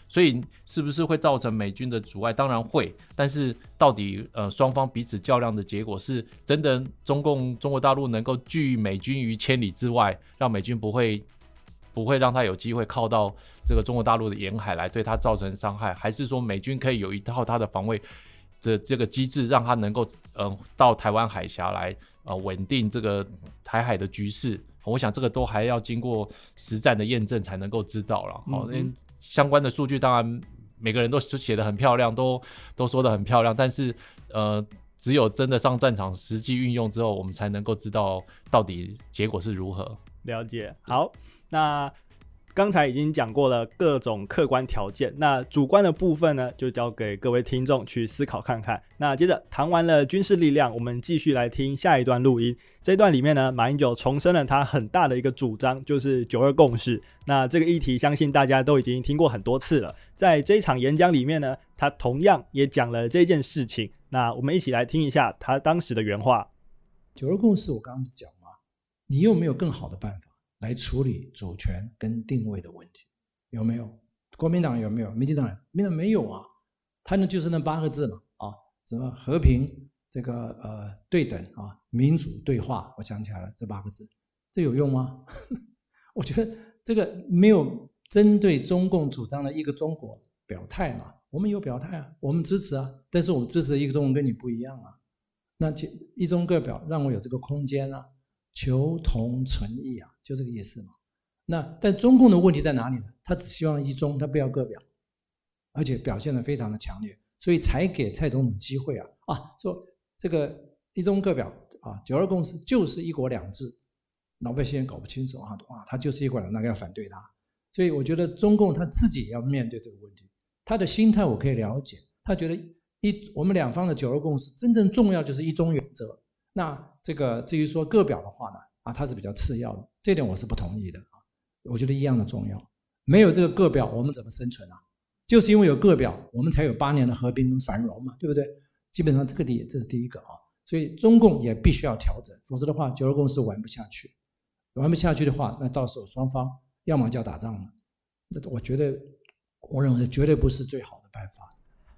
所以是不是会造成美军的阻碍？当然会，但是到底双方彼此较量的结果是真的中国大陆能够拒美军于千里之外，让美军不会让他有机会靠到这个中国大陆的沿海来对他造成伤害，还是说美军可以有一套他的防卫的这个机制，让他能够到台湾海峡来稳定这个台海的局势？我想这个都还要经过实战的验证才能够知道了。相关的数据当然每个人都写得很漂亮，都说得很漂亮，但是只有真的上战场实际运用之后，我们才能够知道到底结果是如何。 了解。好，那刚才已经讲过了各种客观条件，那主观的部分呢，就交给各位听众去思考看看。那接着谈完了军事力量，我们继续来听下一段录音。这一段里面呢，马英九重申了他很大的一个主张，就是9·2共识。那这个议题相信大家都已经听过很多次了，在这一场演讲里面呢，他同样也讲了这件事情。那我们一起来听一下他当时的原话。 9·2共识我刚刚讲嘛，你有没有更好的办法来处理主权跟定位的问题？有没有？国民党有没有？民进党没有啊。他呢就是那8个字嘛，什么和平、这个对等啊、民主对话，我想起来了，这8个字，这有用吗？我觉得这个没有针对中共主张的一个中国表态嘛。我们有表态啊，我们支持啊，但是我们支持的一个中国跟你不一样啊。那一中各表让我有这个空间啊。求同存异啊，就这个意思嘛。但中共的问题在哪里呢？他只希望一中，他不要各表，而且表现得非常的强烈，所以才给蔡总统机会说这个一中各表9·2共识就是一国两制，老百姓也搞不清楚他就是一国两制，那个要反对他。所以我觉得中共他自己也要面对这个问题，他的心态我可以了解，他觉得我们两方的9·2共识真正重要就是一中原则。那这个至于说各表的话呢，它是比较次要的，这点我是不同意的。我觉得一样的重要。没有这个各表，我们怎么生存啊？就是因为有各表，我们才有8年的和平跟繁荣嘛，对不对？基本上这是第一个所以中共也必须要调整，否则的话9·2共识玩不下去。玩不下去的话，那到时候双方要么就要打仗了。我认为绝对不是最好的办法。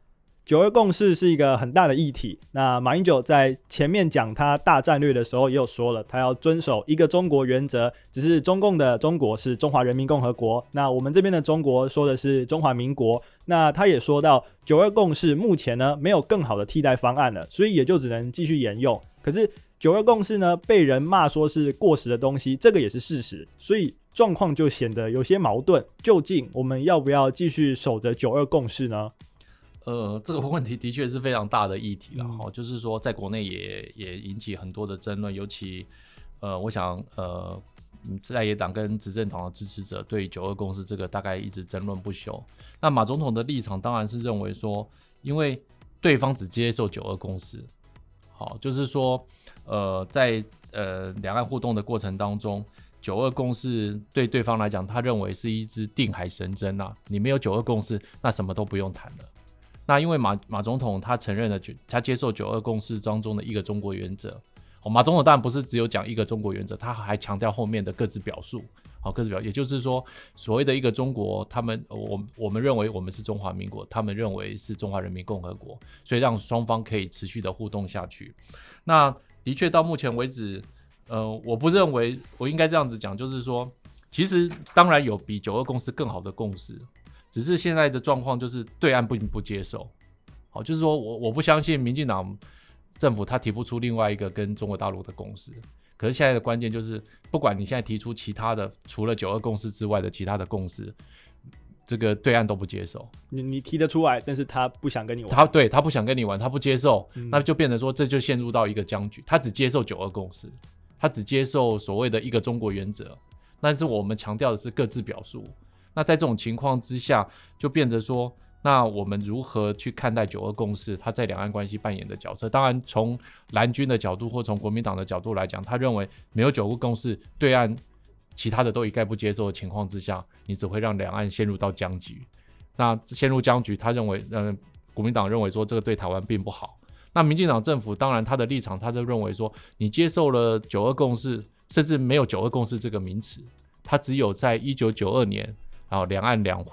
9·2共识是一个很大的议题。那马英九在前面讲他大战略的时候也有说了，他要遵守一个中国原则，只是中共的中国是中华人民共和国，那我们这边的中国说的是中华民国。那他也说到9·2共识目前呢没有更好的替代方案了，所以也就只能继续沿用。可是9·2共识呢被人骂说是过时的东西，这个也是事实，所以状况就显得有些矛盾。究竟我们要不要继续守着9·2共识呢？ 这个问题的确是非常大的议题了就是说在国内也引起很多的争论，尤其我想在野党跟执政党的支持者对9·2共识这个大概一直争论不休。那马总统的立场当然是认为说，因为对方只接受9·2共识，就是说在两岸互动的过程当中，9·2共识对对方来讲，他认为是一支定海神针你没有9·2共识，那什么都不用谈了。那因为马总统他承认了，他接受9·2共识当中的一个中国原则。马总统当然不是只有讲一个中国原则，他还强调后面的各自表述。也就是说，所谓的一个中国，我们认为我们是中华民国，他们认为是中华人民共和国，所以让双方可以持续的互动下去。那的确到目前为止，我不认为我应该这样子讲，就是说，其实当然有比9·2共识更好的共识。只是现在的状况就是对岸不接受，就是说我不相信民进党政府他提不出另外一个跟中国大陆的共识。可是现在的关键就是，不管你现在提出其他的除了9·2共识之外的其他的共识，这个对岸都不接受。 你提得出来，但是他不想跟你玩。 他不想跟你玩，他不接受，那就变成说这就陷入到一个僵局。他只接受9·2共识，他只接受所谓的一个中国原则，但是我们强调的是各自表述。那在这种情况之下，就变成说，那我们如何去看待9·2共识它在两岸关系扮演的角色？当然，从蓝军的角度或从国民党的角度来讲，他认为没有9·2共识，对岸其他的都一概不接受的情况之下，你只会让两岸陷入到僵局。那陷入僵局，他认为，国民党认为说这个对台湾并不好。那民进党政府当然他的立场，他就认为说，你接受了9·2共识，甚至没有9·2共识这个名词，它只有在1992年。两岸两会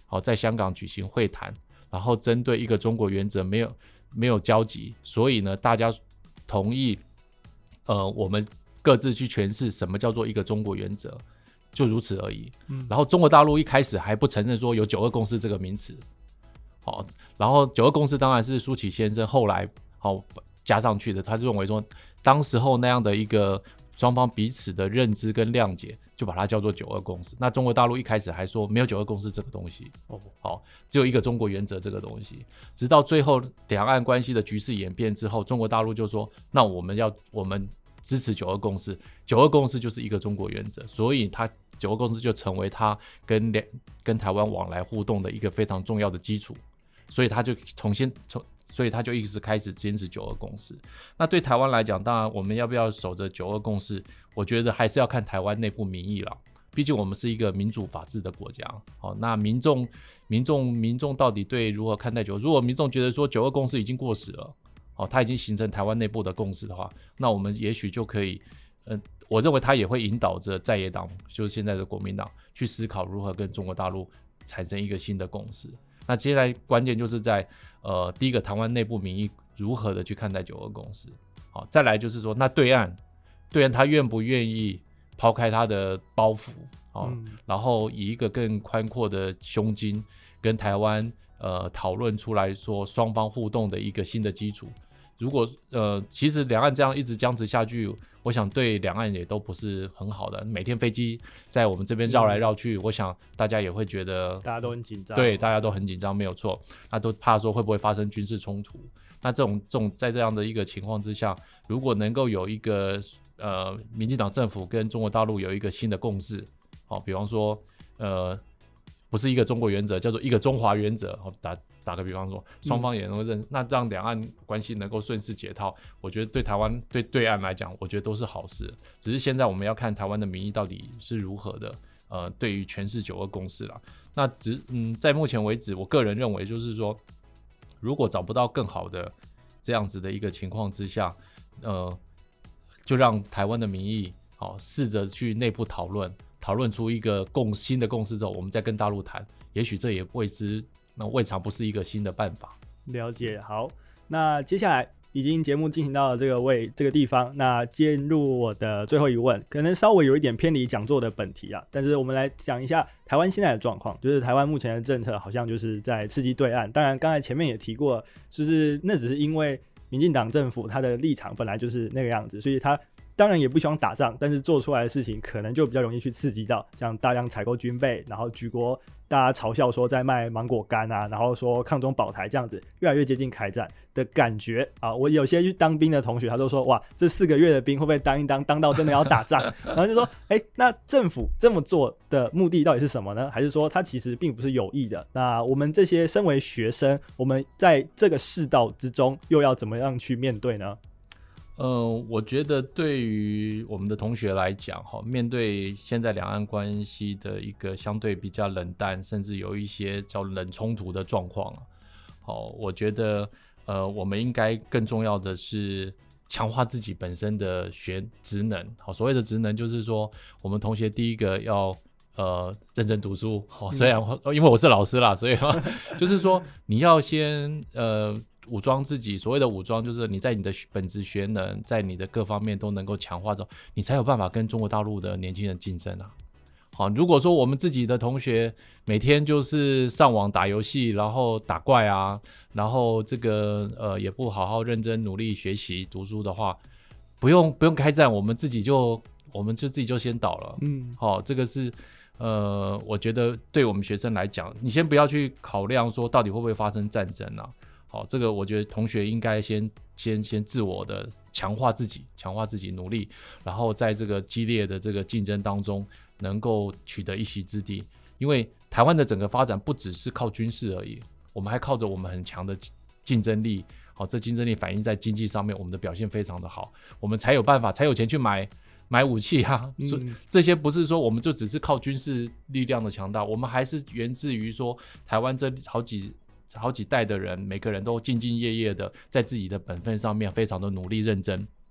在香港举行会谈，然后针对一个中国原则没有交集，所以呢大家同意我们各自去诠释什么叫做一个中国原则，就如此而已。然后中国大陆一开始还不承认说有九二共识这个名词，然后九二共识当然是苏启先生后来加上去的，他认为说当时候那样的一个双方彼此的认知跟谅解，就把它叫做九二共识。那中国大陆一开始还说没有九二共识这个东西，只有一个中国原则这个东西，直到最后两岸关系的局势演变之后，中国大陆就说那我们支持九二共识，九二共识就是一个中国原则，所以它九二共识就成为它跟台湾往来互动的一个非常重要的基础，所以它就一直开始坚持九二共识。那对台湾来讲，当然我们要不要守着九二共识，我觉得还是要看台湾内部民意啦。毕竟我们是一个民主法治的国家，那民众到底对如何看待如果民众觉得说九二共识已经过时了，它已经形成台湾内部的共识的话，那我们也许就可以，我认为它也会引导着在野党，就是现在的国民党去思考如何跟中国大陆产生一个新的共识。那接下来关键就是在第一个台湾内部民意如何的去看待九二共识，再来就是说那对岸他愿不愿意抛开他的包袱，然后以一个更宽阔的胸襟跟台湾讨论出来说双方互动的一个新的基础。如果其实两岸这样一直僵持下去，我想对两岸也都不是很好的。每天飞机在我们这边绕来绕去，我想大家也会觉得大家都很紧张， 对，大家都很紧张，没有错。那都怕说会不会发生军事冲突。那这种在这样的一个情况之下，如果能够有一个民进党政府跟中国大陆有一个新的共识，比方说不是一个中国原则，叫做一个中华原则，打个比方说，双方也能够认，那让两岸关系能够顺势解套，我觉得对台湾对岸来讲，我觉得都是好事。只是现在我们要看台湾的民意到底是如何的，对于诠释九二共识啦。那在目前为止，我个人认为就是说，如果找不到更好的这样子的一个情况之下，就让台湾的民意试着去内部讨论出一个新的共识之后，我们再跟大陆谈，也许这也未尝不是一个新的办法。 了解。好，那接下来已经节目进行到了这个地方，那进入我的最后一问，可能稍微有一点偏离讲座的本题啊，但是我们来讲一下台湾现在的状况，就是台湾目前的政策好像就是在刺激对岸。当然刚才前面也提过，就是那只是因为民进党政府他的立场本来就是那个样子，所以他当然也不希望打仗，但是做出来的事情可能就比较容易去刺激到，像大量采购军备，然后举国大家嘲笑说在卖芒果干啊，然后说抗中保台这样子，越来越接近开战的感觉啊。我有些去当兵的同学，他都说哇，这4个月的兵会不会当一当到真的要打仗？然后就说，那政府这么做的目的到底是什么呢？还是说他其实并不是有意的？那我们这些身为学生，我们在这个世道之中又要怎么样去面对呢？ 我觉得对于我们的同学来讲，面对现在两岸关系的一个相对比较冷淡，甚至有一些叫冷冲突的状况，我觉得我们应该更重要的是强化自己本身的职能。所谓的职能就是说，我们同学第一个要认真读书，虽然因为我是老师啦，所以就是说你要先武装自己。所谓的武装就是你在你的本职学能，在你的各方面都能够强化之后，你才有办法跟中国大陆的年轻人竞争啊。如果说我们自己的同学每天就是上网打游戏，然后打怪啊，然后这个也不好好认真努力学习读书的话，不用开战，我们自己就自己就先倒了。这个是我觉得对我们学生来讲，你先不要去考量说到底会不会发生战争啊。这个我觉得同学应该先自我的强化自己努力，然后在这个激烈的这个竞争当中能够取得一席之地。因为台湾的整个发展不只是靠军事而已，我们还靠着我们很强的竞争力。这竞争力反映在经济上面，我们的表现非常的好，我们才有办法才有钱去买武器啊。这些不是说我们就只是靠军事力量的强大，我们还是源自于说台湾这好几代的人，每个人都兢兢业业的在自己的本分上面非常的努力认真。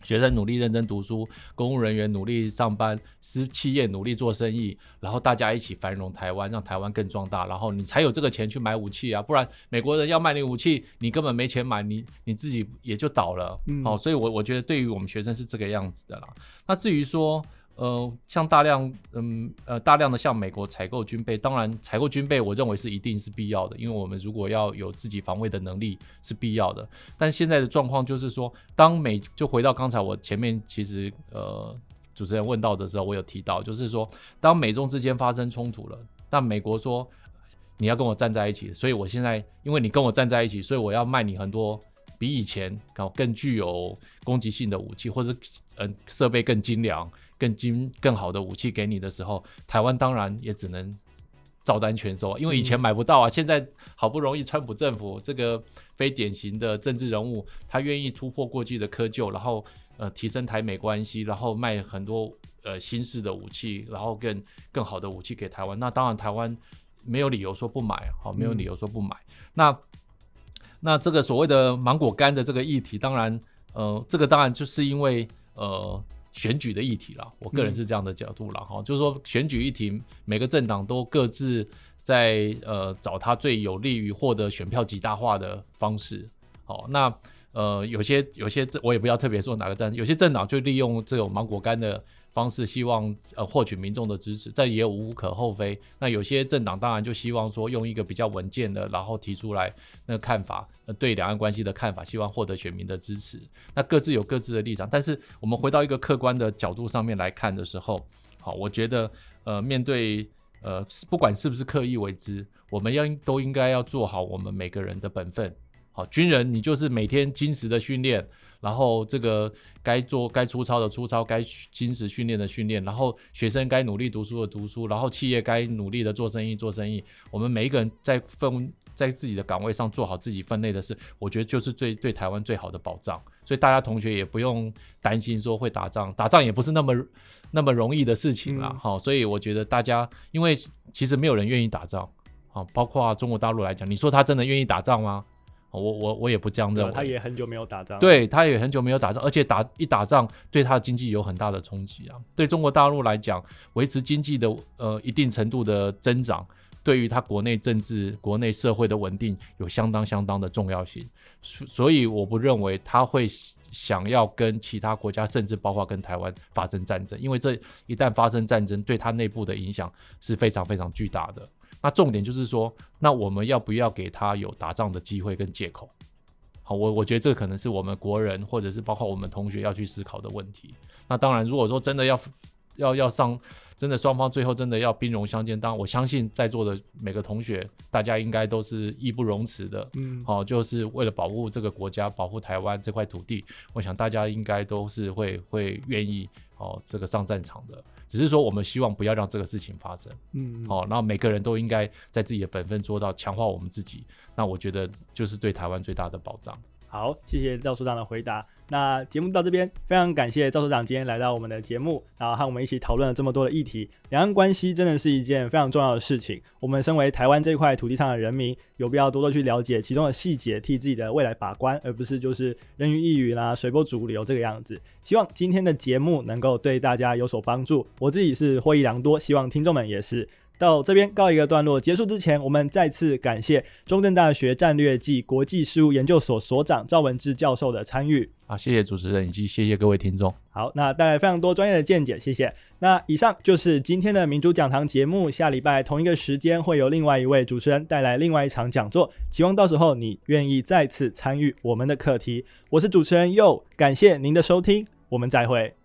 学生努力认真读书，公务人员努力上班，企业努力做生意，然后大家一起繁荣台湾，让台湾更壮大，然后你才有这个钱去买武器啊，不然美国人要卖你武器，你根本没钱买，你自己也就倒了。所以我觉得对于我们学生是这个样子的啦。那至于说像大量的向美国采购军备，当然采购军备我认为是一定是必要的，因为我们如果要有自己防卫的能力是必要的。但现在的状况就是说，就回到刚才我前面其实主持人问到的时候，我有提到，就是说当美中之间发生冲突了，但美国说你要跟我站在一起，所以我现在因为你跟我站在一起，所以我要卖你很多比以前更具有攻击性的武器，或者设备更精良更好的武器给你的时候，台湾当然也只能照单全收，因为以前买不到啊，现在好不容易川普政府这个非典型的政治人物，他愿意突破过去的窠臼，然后提升台美关系，然后卖很多新式的武器，然后更好的武器给台湾，那当然台湾没有理由说不买，没有理由说不买。那这个所谓的芒果干的这个议题，当然这个当然就是因为选举的议题啦，我个人是这样的角度啦，就是说选举议题每个政党都各自在找他最有利于获得选票极大化的方式。那有些我也不要特别说哪个有些政党就利用这种芒果干的方式，希望获取民众的支持，这也有无可厚非。那有些政党当然就希望说用一个比较稳健的，然后提出来那个看法，对两岸关系的看法，希望获得选民的支持。那各自有各自的立场，但是我们回到一个客观的角度上面来看的时候，我觉得面对不管是不是刻意为之，我们都应该要做好我们每个人的本分。军人你就是每天精实的训练，然后这个该出操的出操，该精实训练的训练，然后学生该努力读书的读书，然后企业该努力的做生意。我们每一个人在自己的岗位上做好自己分内的事，我觉得就是对台湾最好的保障。所以大家同学也不用担心说会打仗也不是那么容易的事情啦。所以我觉得大家，因为其实没有人愿意打仗，包括中国大陆来讲，你说他真的愿意打仗吗？我也不这样认为。 他也很久没有打仗。 对，他也很久没有打仗，而且打仗对他的经济有很大的冲击啊。对中国大陆来讲，维持经济的一定程度的增长，对于他国内政治、国内社会的稳定有相当的重要性。所以我不认为他会想要跟其他国家，甚至包括跟台湾发生战争，因为这一旦发生战争，对他内部的影响是非常巨大的。那重点就是说，那我们要不要给他有打仗的机会跟借口？我觉得这可能是我们国人或者是包括我们同学要去思考的问题。那当然，如果说真的要上，真的双方最后真的要兵戎相见，当然我相信在座的每个同学，大家应该都是义不容辞的。就是为了保护这个国家，保护台湾这块土地，我想大家应该都是会愿意这个上战场的。只是说我们希望不要让这个事情发生。那每个人都应该在自己的本分做到强化我们自己，那我觉得就是对台湾最大的保障。 好，谢谢赵所长的回答。那节目到这边，非常感谢赵所长今天来到我们的节目，然后和我们一起讨论了这么多的议题。两岸关系真的是一件非常重要的事情，我们身为台湾这块土地上的人民，有必要多去了解其中的细节，替自己的未来把关，而不是就是人云亦云啦、随波逐流这个样子。希望今天的节目能够对大家有所帮助，我自己是获益良多，希望听众们也是。到这边告一个段落，结束之前，我们再次感谢中正大学战略暨国际事务研究所所长赵文智教授的参与。 谢谢主持人以及谢谢各位听众。 好，那带来非常多专业的见解，谢谢。那以上就是今天的民主讲堂节目，下礼拜同一个时间会有另外一位主持人带来另外一场讲座，希望到时候你愿意再次参与我们的课题。我是主持人佑，感谢您的收听，我们再会。